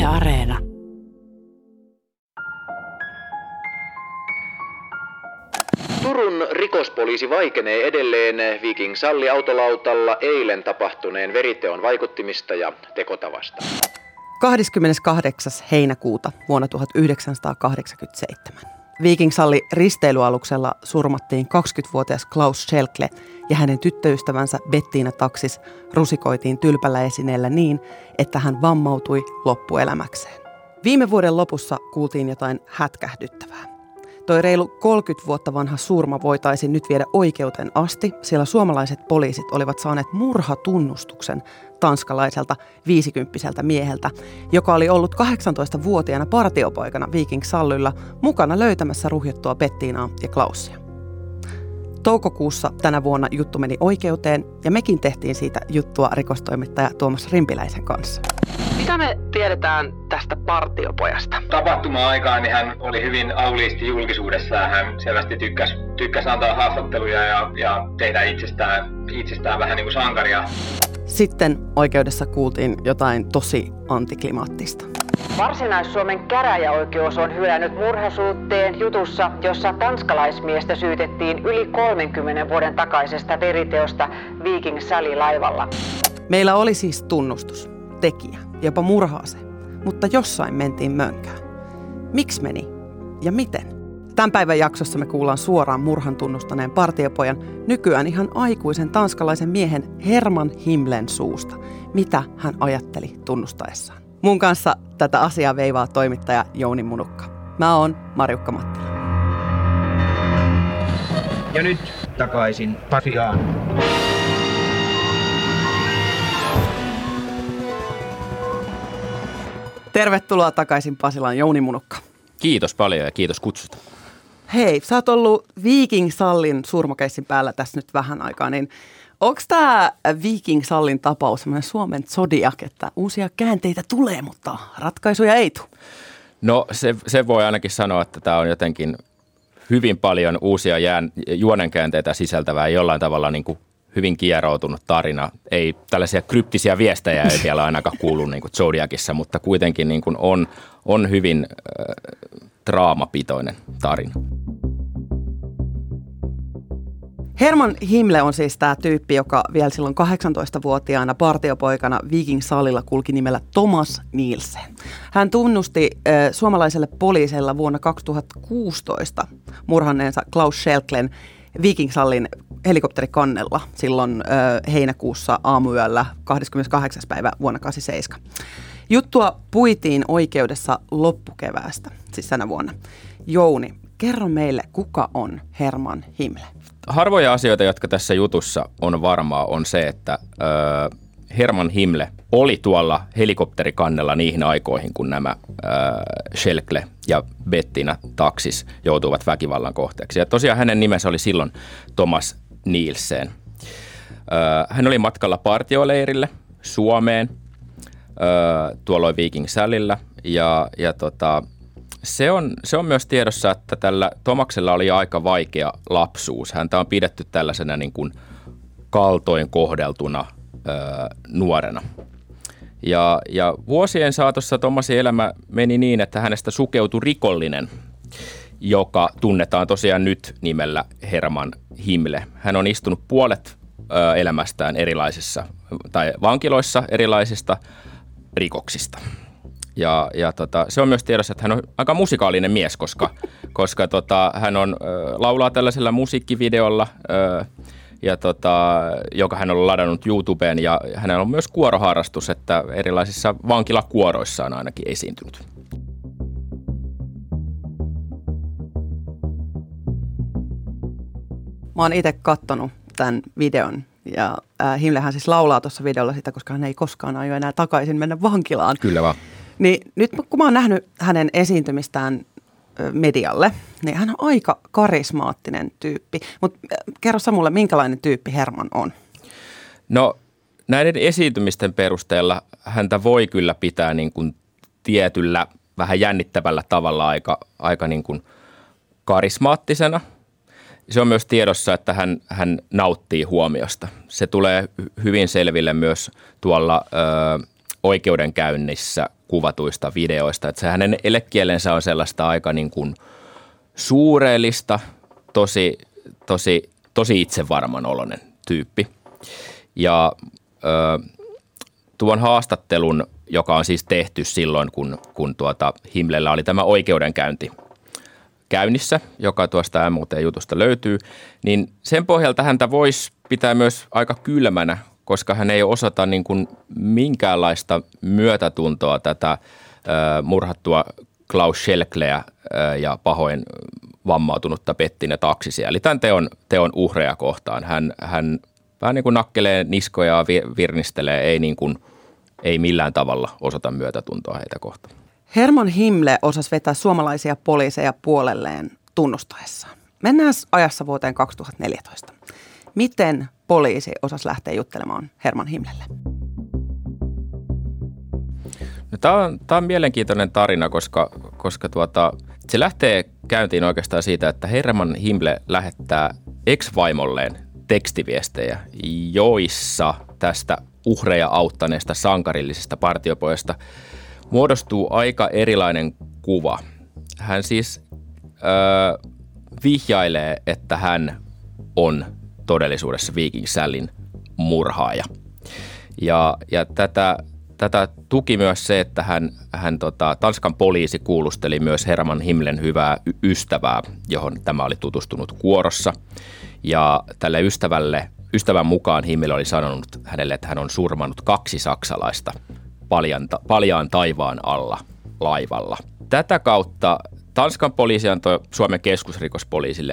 Areena. Turun rikospoliisi vaikenee edelleen Viking Salli autolautalla eilen tapahtuneen veriteon vaikuttimista ja tekotavasta. 28. heinäkuuta vuonna 1987. Viking Salli risteilyaluksella surmattiin 20-vuotias Klaus Schelkle ja hänen tyttöystävänsä Bettina Taxis rusikoitiin tylpällä esineellä niin, että hän vammautui loppuelämäkseen. Viime vuoden lopussa kuultiin jotain hätkähdyttävää. Toi reilu 30 vuotta vanha surma voitaisiin nyt viedä oikeuteen asti, sillä suomalaiset poliisit olivat saaneet murhatunnustuksen tanskalaiselta 50-vuotiaalta mieheltä, joka oli ollut 18-vuotiaana partiopoikana Viking Sallilla mukana löytämässä ruhjottua Bettinaa ja Klausia. Toukokuussa tänä vuonna juttu meni oikeuteen ja mekin tehtiin siitä juttua rikostoimittaja Tuomas Rimpiläisen kanssa. Mitä me tiedetään tästä partiopojasta? Tapahtuma-aikaan niin hän oli hyvin auliisti julkisuudessa ja hän selvästi tykkäsi antaa haastatteluja ja tehdä itsestään vähän niin kuin sankaria. Sitten oikeudessa kuultiin jotain tosi antiklimaattista. Varsinais-Suomen käräjäoikeus on hylännyt murhasyytteen jutussa, jossa tanskalaismiestä syytettiin yli 30 vuoden takaisesta veriteosta Viking Sally-laivalla. Meillä oli siis tunnustus, tekijä, jopa murhaase, mutta jossain mentiin mönkään. Miksi meni ja miten? Tämän päivän jaksossa me kuullaan suoraan murhan tunnustaneen partiopojan, nykyään ihan aikuisen tanskalaisen miehen Herman Himmlen suusta, mitä hän ajatteli tunnustaessaan. Mun kanssa tätä asiaa veivaa toimittaja Jouni Munukka. Mä oon Marjukka Mattila. Ja nyt takaisin Pasiaan. Tervetuloa takaisin Pasilaan, Jouni Munukka. Kiitos paljon ja kiitos kutsusta. Hei, sä oot ollut Viking Sallin surmakeissin päällä tässä nyt vähän aikaa, niin onko tämä Viking Sallin tapaus semmoinen Suomen Zodiac, että uusia käänteitä tulee, mutta ratkaisuja ei tule? No se voi ainakin sanoa, että tämä on jotenkin hyvin paljon uusia juonenkäänteitä sisältävää jollain tavalla niin kuin hyvin kieroutunut tarina. Ei tällaisia kryptisiä viestejä ei vielä ainakaan kuulu niin kuin Zodiacissa, mutta kuitenkin niin kuin on hyvin draamapitoinen tarina. Herman Himmle on siis tämä tyyppi, joka vielä silloin 18-vuotiaana partiopoikana Viking Sallilla kulki nimellä Thomas Nielsen. Hän tunnusti suomalaiselle poliisilla vuonna 2016 murhanneensa Klaus Schelklen Viking Sallin helikopterikannella silloin heinäkuussa aamuyöllä 28. päivä vuonna 1987. Juttua puitiin oikeudessa loppukeväästä, siis tänä vuonna. Jouni, kerro meille, kuka on Herman Himmle? Harvoja asioita, jotka tässä jutussa on varmaa, on se, että Herman Himmle oli tuolla helikopterikannella niihin aikoihin, kun nämä Schelkle ja Bettina Taxis joutuivat väkivallan kohteeksi. Ja tosiaan hänen nimensä oli silloin Thomas Nielsen. Hän oli matkalla partioleirille Suomeen tuolloin Viking Sallyllä se on myös tiedossa, että tällä Tomaksella oli aika vaikea lapsuus. Häntä on pidetty tällaisena niin kuin kaltoin kohdeltuna nuorena. Ja vuosien saatossa Thomasin elämä meni niin, että hänestä sukeutui rikollinen, joka tunnetaan tosiaan nyt nimellä Herman Himmle. Hän on istunut puolet elämästään erilaisissa tai vankiloissa erilaisista rikoksista. Ja se on myös tiedossa, että hän on aika musikaalinen mies, koska hän on laulaa tällaisella musiikkivideolla, joka hän on ladannut YouTubeen, ja hänellä on myös kuoroharrastus, että erilaisissa vankilakuoroissa on ainakin esiintynyt. Mä oon itse kattonut tämän videon. Ja Himmlehän siis laulaa tuossa videolla sitä, koska hän ei koskaan aio enää takaisin mennä vankilaan. Kyllä vaan. Niin nyt kun mä oon nähnyt hänen esiintymistään medialle, niin hän on aika karismaattinen tyyppi. Mutta kerro sä mulle, minkälainen tyyppi Herman on? No näiden esiintymisten perusteella häntä voi kyllä pitää niin kuin tietyllä vähän jännittävällä tavalla aika niin kuin karismaattisena. Se on myös tiedossa, että hän nauttii huomiosta. Se tulee hyvin selville myös tuolla oikeudenkäynnissä kuvatuista videoista. Että se hänen elekielensä on sellaista aika niin kuin suureellista, tosi itsevarman oloinen tyyppi. Ja tuon haastattelun, joka on siis tehty silloin, kun Himmlellä oli tämä oikeudenkäynti käynnissä, joka tuosta MUT-jutusta löytyy, niin sen pohjalta häntä voisi pitää myös aika kylmänä, koska hän ei osata niin kuin minkäänlaista myötätuntoa tätä murhattua Klaus Schelkleä ja pahoin vammautunutta Bettina Taksisia. Eli tämän teon uhreja kohtaan. Hän vähän niin kuin nakkelee niskoja ja virnistelee, ei millään tavalla osoita myötätuntoa heitä kohtaan. Herman Himmle osasi vetää suomalaisia poliiseja puolelleen tunnustaessaan. Mennään ajassa vuoteen 2014. Miten poliisi osasi lähteä juttelemaan Herman Himmlelle? No, tämä on mielenkiintoinen tarina, koska se lähtee käyntiin oikeastaan siitä, että Herman Himmle lähettää ex-vaimolleen tekstiviestejä, joissa tästä uhreja auttaneesta sankarillisesta partiopojasta muodostuu aika erilainen kuva. Hän siis vihjailee, että hän on todellisuudessa Viking Sallin murhaaja. Ja tätä tuki myös se, että hän Tanskan poliisi kuulusteli myös Herman Himmlen hyvää ystävää, johon tämä oli tutustunut kuorossa. Ja tälle ystävän mukaan Himmel oli sanonut hänelle, että hän on surmannut 2 saksalaista paljaan taivaan alla laivalla. Tätä kautta Tanskan poliisi antoi Suomen keskusrikospoliisille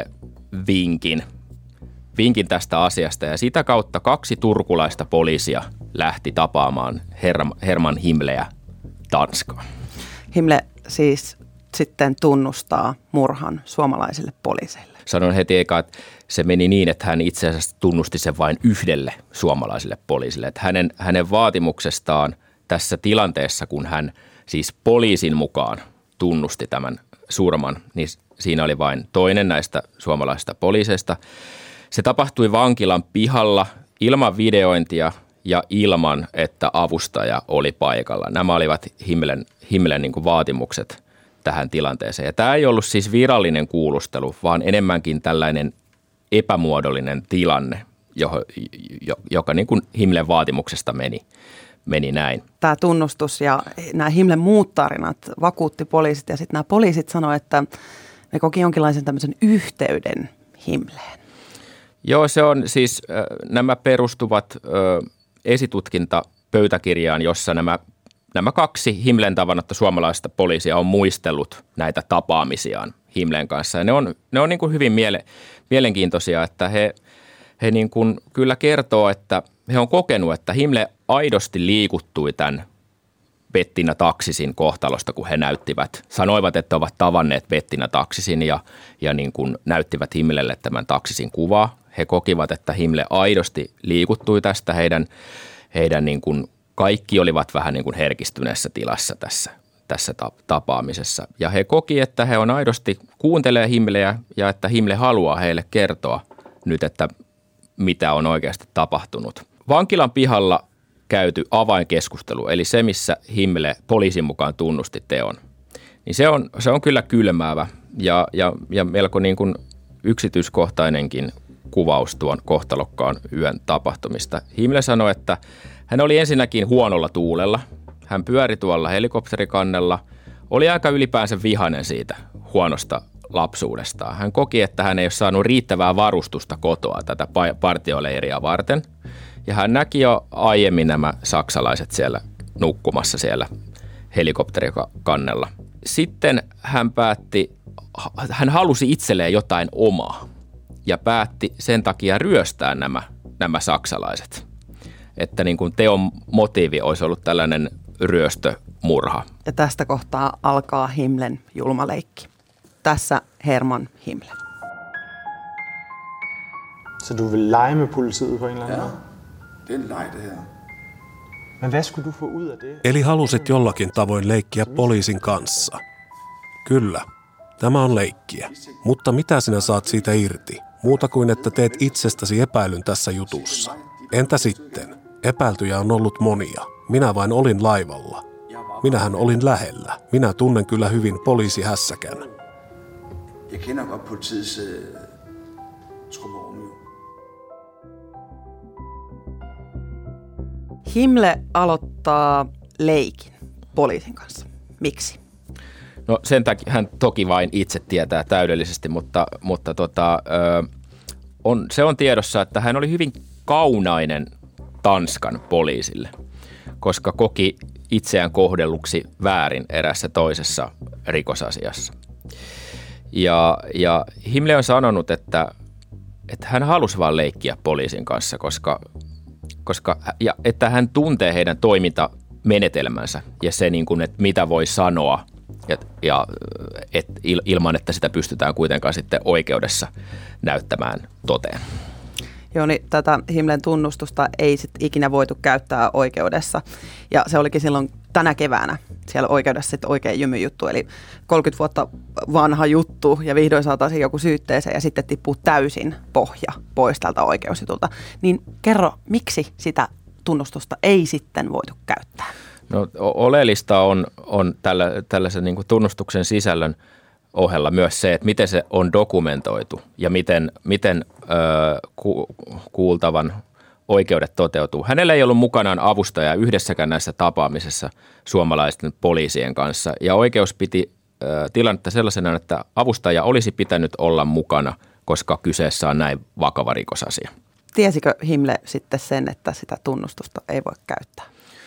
vinkin tästä asiasta ja sitä kautta 2 turkulaista poliisia lähti tapaamaan Herman Himmleä Tanskaan. Himmle siis sitten tunnustaa murhan suomalaisille poliiseille. Sanon heti eka, että se meni niin, että hän itse asiassa tunnusti sen vain yhdelle suomalaiselle poliisille. Että hänen vaatimuksestaan tässä tilanteessa, kun hän siis poliisin mukaan tunnusti tämän surman, niin siinä oli vain toinen näistä suomalaisista poliiseista. Se tapahtui vankilan pihalla ilman videointia ja ilman, että avustaja oli paikalla. Nämä olivat Himmlen niin kuin vaatimukset tähän tilanteeseen. Ja tämä ei ollut siis virallinen kuulustelu, vaan enemmänkin tällainen epämuodollinen tilanne, joka niin kuin Himmlen vaatimuksesta meni näin. Tämä tunnustus ja nämä Himmlen muut tarinat vakuutti poliisit ja sitten nämä poliisit sanoivat, että ne koki jonkinlaisen tämmöisen yhteyden Himmleen. Joo, se on siis, nämä perustuvat esitutkintapöytäkirjaan, jossa nämä 2 Himmlen tavannutta suomalaista poliisia on muistellut näitä tapaamisiaan Himmlen kanssa. Ja ne on niin kuin hyvin mielenkiintoisia, että he niin kuin kyllä kertoo, että he on kokenut, että Himmle aidosti liikuttui tämän Bettina Taksisin kohtalosta, kun he sanoivat, että ovat tavanneet Bettina Taksisin ja niin kuin näyttivät Himmlelle tämän Taksisin kuvaa. He kokivat, että Himmle aidosti liikuttui tästä. Heidän niin kuin kaikki olivat vähän niin kuin herkistyneessä tilassa tässä tapaamisessa. Ja he koki, että he on aidosti kuuntelee Himmleä ja että Himmle haluaa heille kertoa nyt, että mitä on oikeasti tapahtunut. Vankilan pihalla käyty avainkeskustelu, eli se, missä Himmle poliisin mukaan tunnusti teon, niin se on kyllä kylmäävä ja melko niin kuin yksityiskohtainenkin kuvaus tuon kohtalokkaan yön tapahtumista. Himmle sanoi, että hän oli ensinnäkin huonolla tuulella. Hän pyöri tuolla helikopterikannella, oli aika ylipäänsä vihainen siitä huonosta lapsuudestaan. Hän koki, että hän ei ole saanut riittävää varustusta kotoa tätä partioleiriä varten. Ja hän näki jo aiemmin nämä saksalaiset siellä nukkumassa siellä helikopterikannella. Sitten hän halusi itselleen jotain omaa ja päätti sen takia ryöstää nämä saksalaiset. Että niin kuin teon motiivi olisi ollut tällainen ryöstömurha. Ja tästä kohtaa alkaa Himmlen julma leikki. Tässä Herman Himmle. Så du vil lege med politiet på en eller anden måde? Det er en leg, det her. Men hvad skulle du få ud af det? Eli halusit jollakin tavoin leikkiä poliisin kanssa. Kyllä, tämä on leikkiä. Mutta mitä sinä saat siitä irti? Muuta kuin, että teet itsestäsi epäilyn tässä jutussa. Entä sitten? Epäiltyjä on ollut monia. Minä vain olin laivalla. Minähän olin lähellä. Minä tunnen kyllä hyvin poliisihässäkän. Jeg kender godt politiets trupperum jo. Himmle aloittaa leikin poliisin kanssa. Miksi? No sen takia hän toki vain itse tietää täydellisesti, mutta se on tiedossa, että hän oli hyvin kaunainen Tanskan poliisille, koska koki itseään kohdelluksi väärin erässä toisessa rikosasiassa. Ja Himmle on sanonut, että hän halusi vaan leikkiä poliisin kanssa, ja että hän tuntee heidän toimintamenetelmänsä ja se, niin kuin, että mitä voi sanoa ilman, että sitä pystytään kuitenkaan sitten oikeudessa näyttämään toteen. Joo, niin tätä Himmlen tunnustusta ei sit ikinä voitu käyttää oikeudessa. Ja se olikin silloin tänä keväänä siellä oikeudessa sitten oikein jymyjuttu. Eli 30 vuotta vanha juttu ja vihdoin saataisiin joku syytteeseen ja sitten tippuu täysin pohja pois tältä oikeusjutulta. Niin kerro, miksi sitä tunnustusta ei sitten voitu käyttää? No oleellista on tällaisen niin kuin tunnustuksen sisällön ohella myös se, että miten se on dokumentoitu ja miten kuultavan oikeudet toteutuu. Hänellä ei ollut mukanaan avustajaa yhdessäkään näissä tapaamisissa suomalaisten poliisien kanssa ja oikeus piti tilannetta sellaisena, että avustaja olisi pitänyt olla mukana, koska kyseessä on näin vakava rikosasia. Tiesikö Himmle sitten sen, että sitä tunnustusta ei voi käyttää?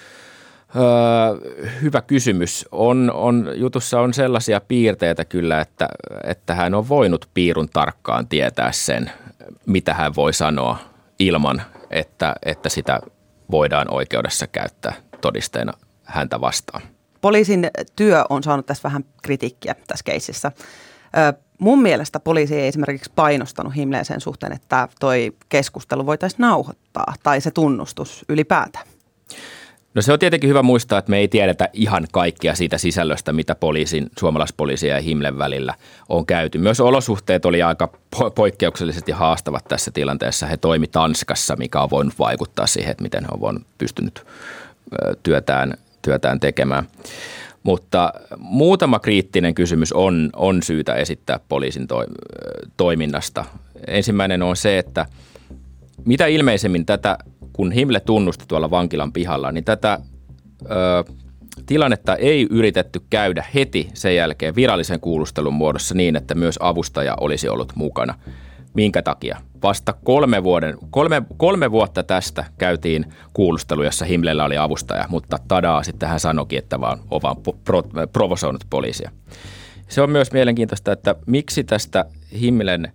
Hyvä kysymys. Jutussa on sellaisia piirteitä kyllä, että hän on voinut piirun tarkkaan tietää sen, mitä hän voi sanoa ilman, että sitä voidaan oikeudessa käyttää todisteena häntä vastaan. Poliisin työ on saanut tässä vähän kritiikkiä tässä keississä. Mun mielestä poliisi ei esimerkiksi painostanut Himmleen sen suhteen, että toi keskustelu voitaisiin nauhoittaa tai se tunnustus ylipäätään. No se on tietenkin hyvä muistaa, että me ei tiedetä ihan kaikkea siitä sisällöstä, mitä suomalaispoliisia ja Himmlen välillä on käyty. Myös olosuhteet oli aika poikkeuksellisesti haastavat tässä tilanteessa. He toimi Tanskassa, mikä on voinut vaikuttaa siihen, että miten he on pystynyt työtään tekemään. Mutta muutama kriittinen kysymys on syytä esittää poliisin toiminnasta. Ensimmäinen on se, että mitä ilmeisemmin tätä, kun Himmle tunnusti tuolla vankilan pihalla, niin tätä tilannetta ei yritetty käydä heti sen jälkeen virallisen kuulustelun muodossa niin, että myös avustaja olisi ollut mukana. Minkä takia? Vasta 3 vuotta tästä käytiin kuulustelu, jossa Himmlellä oli avustaja, mutta tadaa, sitten hän sanoikin, että vaan on provosoinut poliisia. Se on myös mielenkiintoista, että miksi tästä Himmlen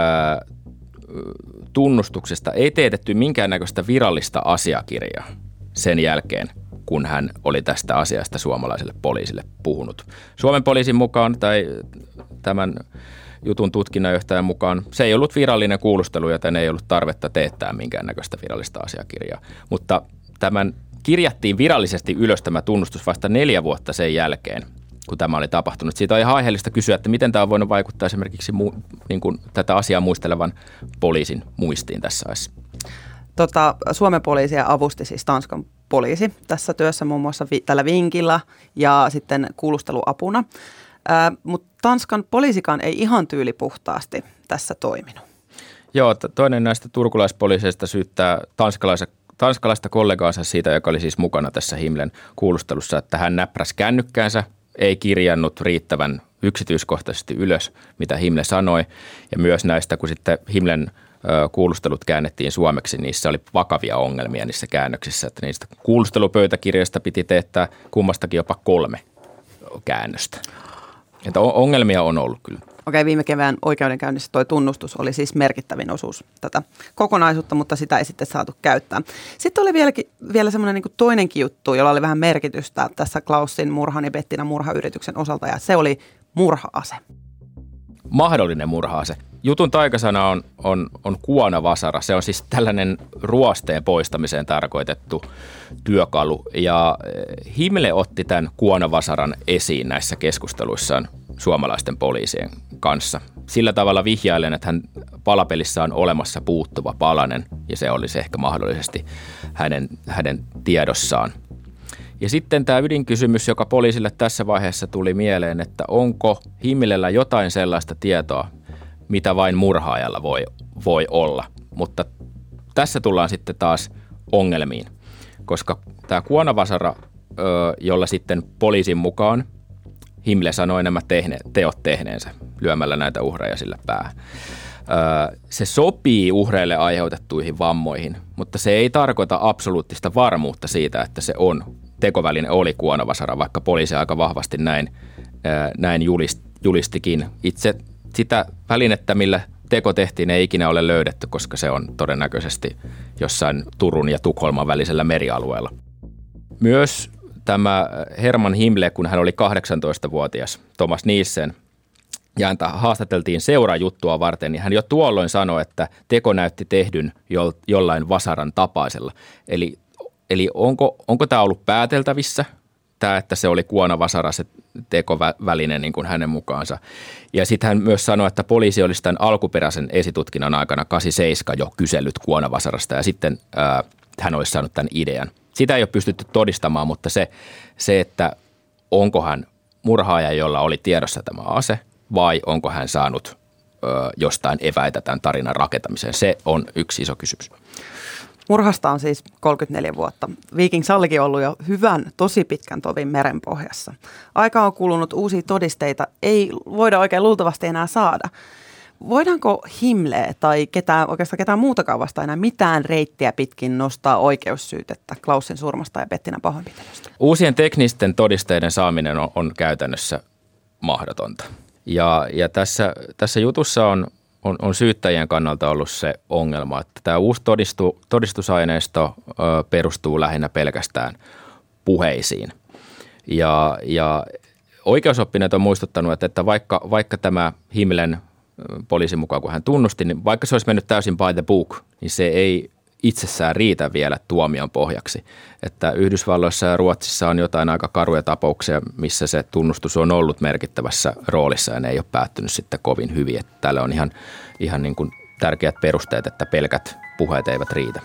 tunnustuksesta ei teetetty minkäännäköistä virallista asiakirjaa sen jälkeen, kun hän oli tästä asiasta suomalaiselle poliisille puhunut. Suomen poliisin mukaan tai tämän jutun tutkinnanjohtajan mukaan se ei ollut virallinen kuulustelu, joten ei ollut tarvetta teettää minkäännäköistä virallista asiakirjaa. Mutta tämän kirjattiin virallisesti ylös tämä tunnustus vasta 4 vuotta sen jälkeen, kun tämä oli tapahtunut. Siitä on ihan aiheellista kysyä, että miten tämä on voinut vaikuttaa esimerkiksi niin kuin tätä asiaa muistelevan poliisin muistiin tässä ajassa. Suomen poliisia avusti siis Tanskan poliisi tässä työssä muun muassa tällä vinkillä ja sitten kuulusteluapuna. Mutta Tanskan poliisikaan ei ihan tyylipuhtaasti tässä toiminut. Joo, toinen näistä turkulaispoliiseista syyttää tanskalaista kollegaansa siitä, joka oli siis mukana tässä Himmlen kuulustelussa, että hän näppäräsi kännykkäänsä, ei kirjannut riittävän yksityiskohtaisesti ylös, mitä Himmle sanoi. Ja myös näistä, kun sitten Himmlen kuulustelut käännettiin suomeksi, niissä oli vakavia ongelmia niissä käännöksissä, että niistä kuulustelupöytäkirjoista piti teettää kummastakin jopa 3 käännöstä. Että ongelmia on ollut kyllä. Okei, viime kevään oikeudenkäynnissä tuo tunnustus oli siis merkittävin osuus tätä kokonaisuutta, mutta sitä ei sitten saatu käyttää. Sitten oli vielä semmoinen niin kuin toinenkin juttu, jolla oli vähän merkitystä tässä Klausin murhan ja Bettinan murhayrityksen osalta, ja se oli murha-ase. Mahdollinen murha-ase. Jutun taikasana on kuonavasara. Se on siis tällainen ruosteen poistamiseen tarkoitettu työkalu. Ja Himmle otti tämän kuonavasaran esiin näissä keskusteluissaan suomalaisten poliisien kanssa. Sillä tavalla vihjailen, että hän palapelissä on olemassa puuttuva palanen ja se olisi ehkä mahdollisesti hänen tiedossaan. Ja sitten tämä ydinkysymys, joka poliisille tässä vaiheessa tuli mieleen, että onko Himmlellä jotain sellaista tietoa, mitä vain murhaajalla voi olla. Mutta tässä tullaan sitten taas ongelmiin, koska tämä kuonavasara, jolla sitten poliisin mukaan Himmle sanoi nämä teot tehneensä lyömällä näitä uhreja sillä päähän. Se sopii uhreille aiheutettuihin vammoihin, mutta se ei tarkoita absoluuttista varmuutta siitä, että se tekoväline oli kuonavasara, vaikka poliisi aika vahvasti näin julistikin. Itse sitä välinettä, millä teko tehtiin, ei ikinä ole löydetty, koska se on todennäköisesti jossain Turun ja Tukholman välisellä merialueella. Myös tämä Herman Himmle, kun hän oli 18-vuotias, Thomas Nielsen, ja häntä haastateltiin seurajuttua varten, niin hän jo tuolloin sanoi, että teko näytti tehdyn jollain vasaran tapaisella. Eli onko tämä ollut pääteltävissä, tämä, että se oli kuonavasara, se tekoväline niin kuin hänen mukaansa. Ja sitten hän myös sanoi, että poliisi olisi tämän alkuperäisen esitutkinnan aikana 87 jo kysellyt kuonavasarasta, ja sitten hän olisi saanut tämän idean. Sitä ei ole pystytty todistamaan, mutta se että onko hän murhaaja, jolla oli tiedossa tämä ase, vai onko hän saanut jostain eväitä tämän tarinan rakentamiseen, se on yksi iso kysymys. Murhasta on siis 34 vuotta. Viking Sallikin on ollut jo tosi pitkän tovin merenpohjassa. Aika on kulunut, uusia todisteita ei voida oikein luultavasti enää saada. Voidaanko Himmleä tai ketään muutakaan vasta enää mitään reittiä pitkin nostaa oikeussyytettä Klausin surmasta ja Bettinan pahoinpitelystä? Uusien teknisten todisteiden saaminen on käytännössä mahdotonta. Ja tässä jutussa on syyttäjien kannalta ollut se ongelma, että tämä uusi todistusaineisto perustuu lähinnä pelkästään puheisiin. Ja oikeusoppineet on muistuttanut, että vaikka tämä Himmlen poliisin mukaan, kun hän tunnusti, niin vaikka se olisi mennyt täysin by the book, niin se ei itsessään riitä vielä tuomion pohjaksi. Että Yhdysvalloissa ja Ruotsissa on jotain aika karuja tapauksia, missä se tunnustus on ollut merkittävässä roolissa ja ne ei ole päättynyt sitten kovin hyvin. Että täällä on ihan niin kuin tärkeät perusteet, että pelkät puheet eivät riitä.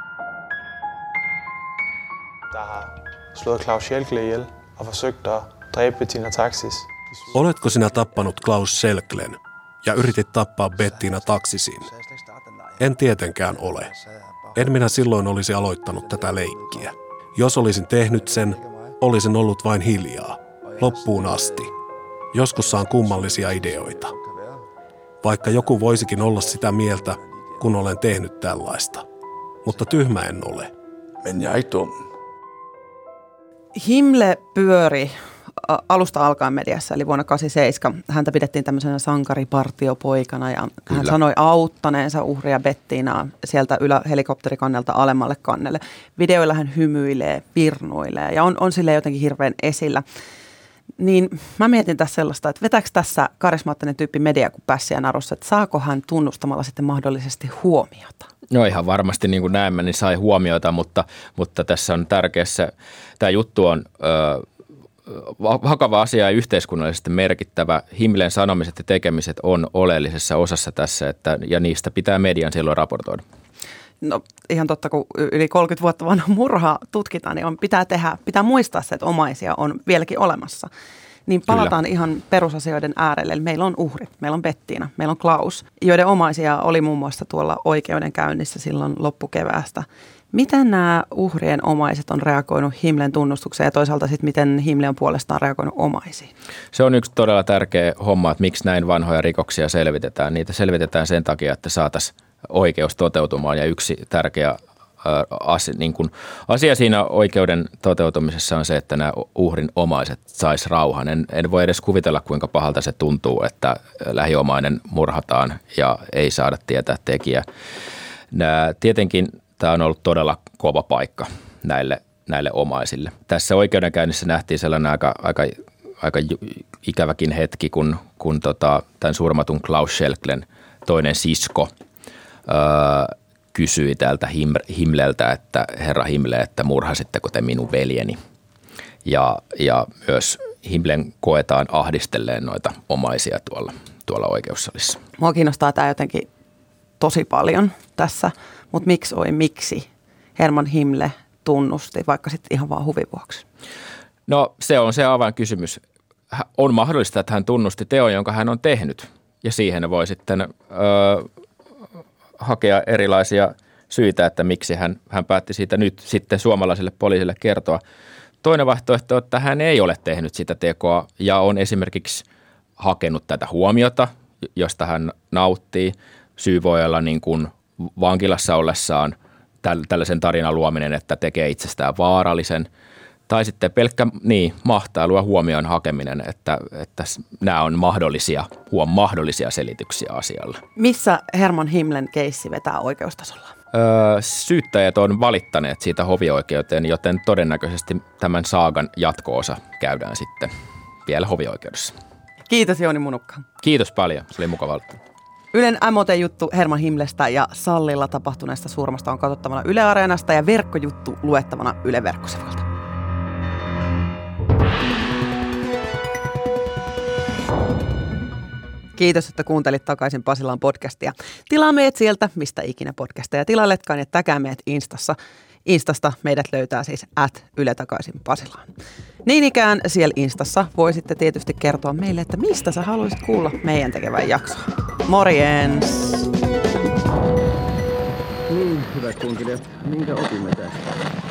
Oletko sinä tappanut Klaus Schelklen ja yritit tappaa Bettina Taxisin? En tietenkään ole. En minä silloin olisi aloittanut tätä leikkiä. Jos olisin tehnyt sen, olisin ollut vain hiljaa. Loppuun asti. Joskus saan kummallisia ideoita. Vaikka joku voisikin olla sitä mieltä, kun olen tehnyt tällaista. Mutta tyhmä en ole. Men jag är dum. Himmle pyöri alusta alkaen mediassa, eli vuonna 1987. Häntä pidettiin tämmöisenä sankaripartiopoikana ja Kyllä. Hän sanoi auttaneensa uhria Bettinaa sieltä helikopterikannelta alemmalle kannelle. Videoilla hän hymyilee, virnuilee ja on silleen jotenkin hirveän esillä. Niin mä mietin tässä sellaista, että vetääkö tässä karismaattinen tyyppi media kuin pässiä narussa, että saako hän tunnustamalla sitten mahdollisesti huomiota? No ihan varmasti niin kuin näemme, niin sai huomiota, mutta tässä on tärkeässä, tämä juttu on vakava asia ja yhteiskunnallisesti merkittävä. Himmlen sanomiset ja tekemiset on oleellisessa osassa tässä, ja niistä pitää median silloin raportoida. No ihan totta, kun yli 30 vuotta vanha murhaa tutkitaan, niin pitää muistaa se, että omaisia on vieläkin olemassa. Niin palataan Kyllä. ihan perusasioiden äärelle. Eli meillä on uhrit, meillä on Bettina, meillä on Klaus, joiden omaisia oli muun muassa tuolla oikeudenkäynnissä silloin loppukeväästä. Miten nämä uhrien omaiset on reagoinut Himmlen tunnustukseen ja toisaalta sitten miten Himmle on puolestaan reagoinut omaisiin? Se on yksi todella tärkeä homma, että miksi näin vanhoja rikoksia selvitetään. Niitä selvitetään sen takia, että saataisiin oikeus toteutumaan ja yksi tärkeä asia siinä oikeuden toteutumisessa on se, että nämä uhrin omaiset sais rauhan. En voi edes kuvitella, kuinka pahalta se tuntuu, että lähiomainen murhataan ja ei saada tietää tekijä. Tietenkin tämä on ollut todella kova paikka näille omaisille. Tässä oikeudenkäynnissä nähtiin sellainen aika ikäväkin hetki, kun tämän surmatun Klaus Schelklen toinen sisko kysyi täältä Himmleltä, että herra Himmle, että murhasitteko te minun veljeni? Ja myös Himmlen koetaan ahdistelleen noita omaisia tuolla oikeussalissa. Mua kiinnostaa tämä jotenkin tosi paljon tässä, mutta miksi Herman Himmle tunnusti, vaikka sitten ihan vaan huvin vuoksi? No se on se avainkysymys. On mahdollista, että hän tunnusti teon, jonka hän on tehnyt, ja siihen voi sitten hakea erilaisia syitä, että miksi hän päätti siitä nyt sitten suomalaiselle poliisille kertoa. Toinen vaihtoehto on, että hän ei ole tehnyt sitä tekoa ja on esimerkiksi hakenut tätä huomiota, josta hän nauttii. Syy voi olla niin kuin vankilassa ollessaan tällaisen tarinan luominen, että tekee itsestään vaarallisen. Tai sitten pelkkä mahtailu ja huomion hakeminen, että nämä on mahdollisia selityksiä asialle. Missä Herman Himmlen keissi vetää oikeustasolla? Syyttäjät on valittaneet siitä hovioikeuteen, joten todennäköisesti tämän saagan jatko-osa käydään sitten vielä hovioikeudessa. Kiitos Jouni Munukka. Kiitos paljon, se oli mukava. Ylen MOT-juttu Herman Himmlestä ja Sallilla tapahtuneesta surmasta on katsottavana Yle Areenasta ja verkkojuttu luettavana Yle verkkosivuilta. Kiitos, että kuuntelit Takaisin Pasilaan podcastia. Tilaa meidät sieltä, mistä ikinä podcasteja tilalletkaan, ja täkää meidät Instassa. Instasta meidät löytää siis @Yle Takaisin Pasilaan. Niin ikään siellä Instassa voisitte tietysti kertoa meille, että mistä sä haluaisit kuulla meidän tekevän jaksoa. Morjens! Niin, hyvät kuuntelijat, minkä opimme tästä?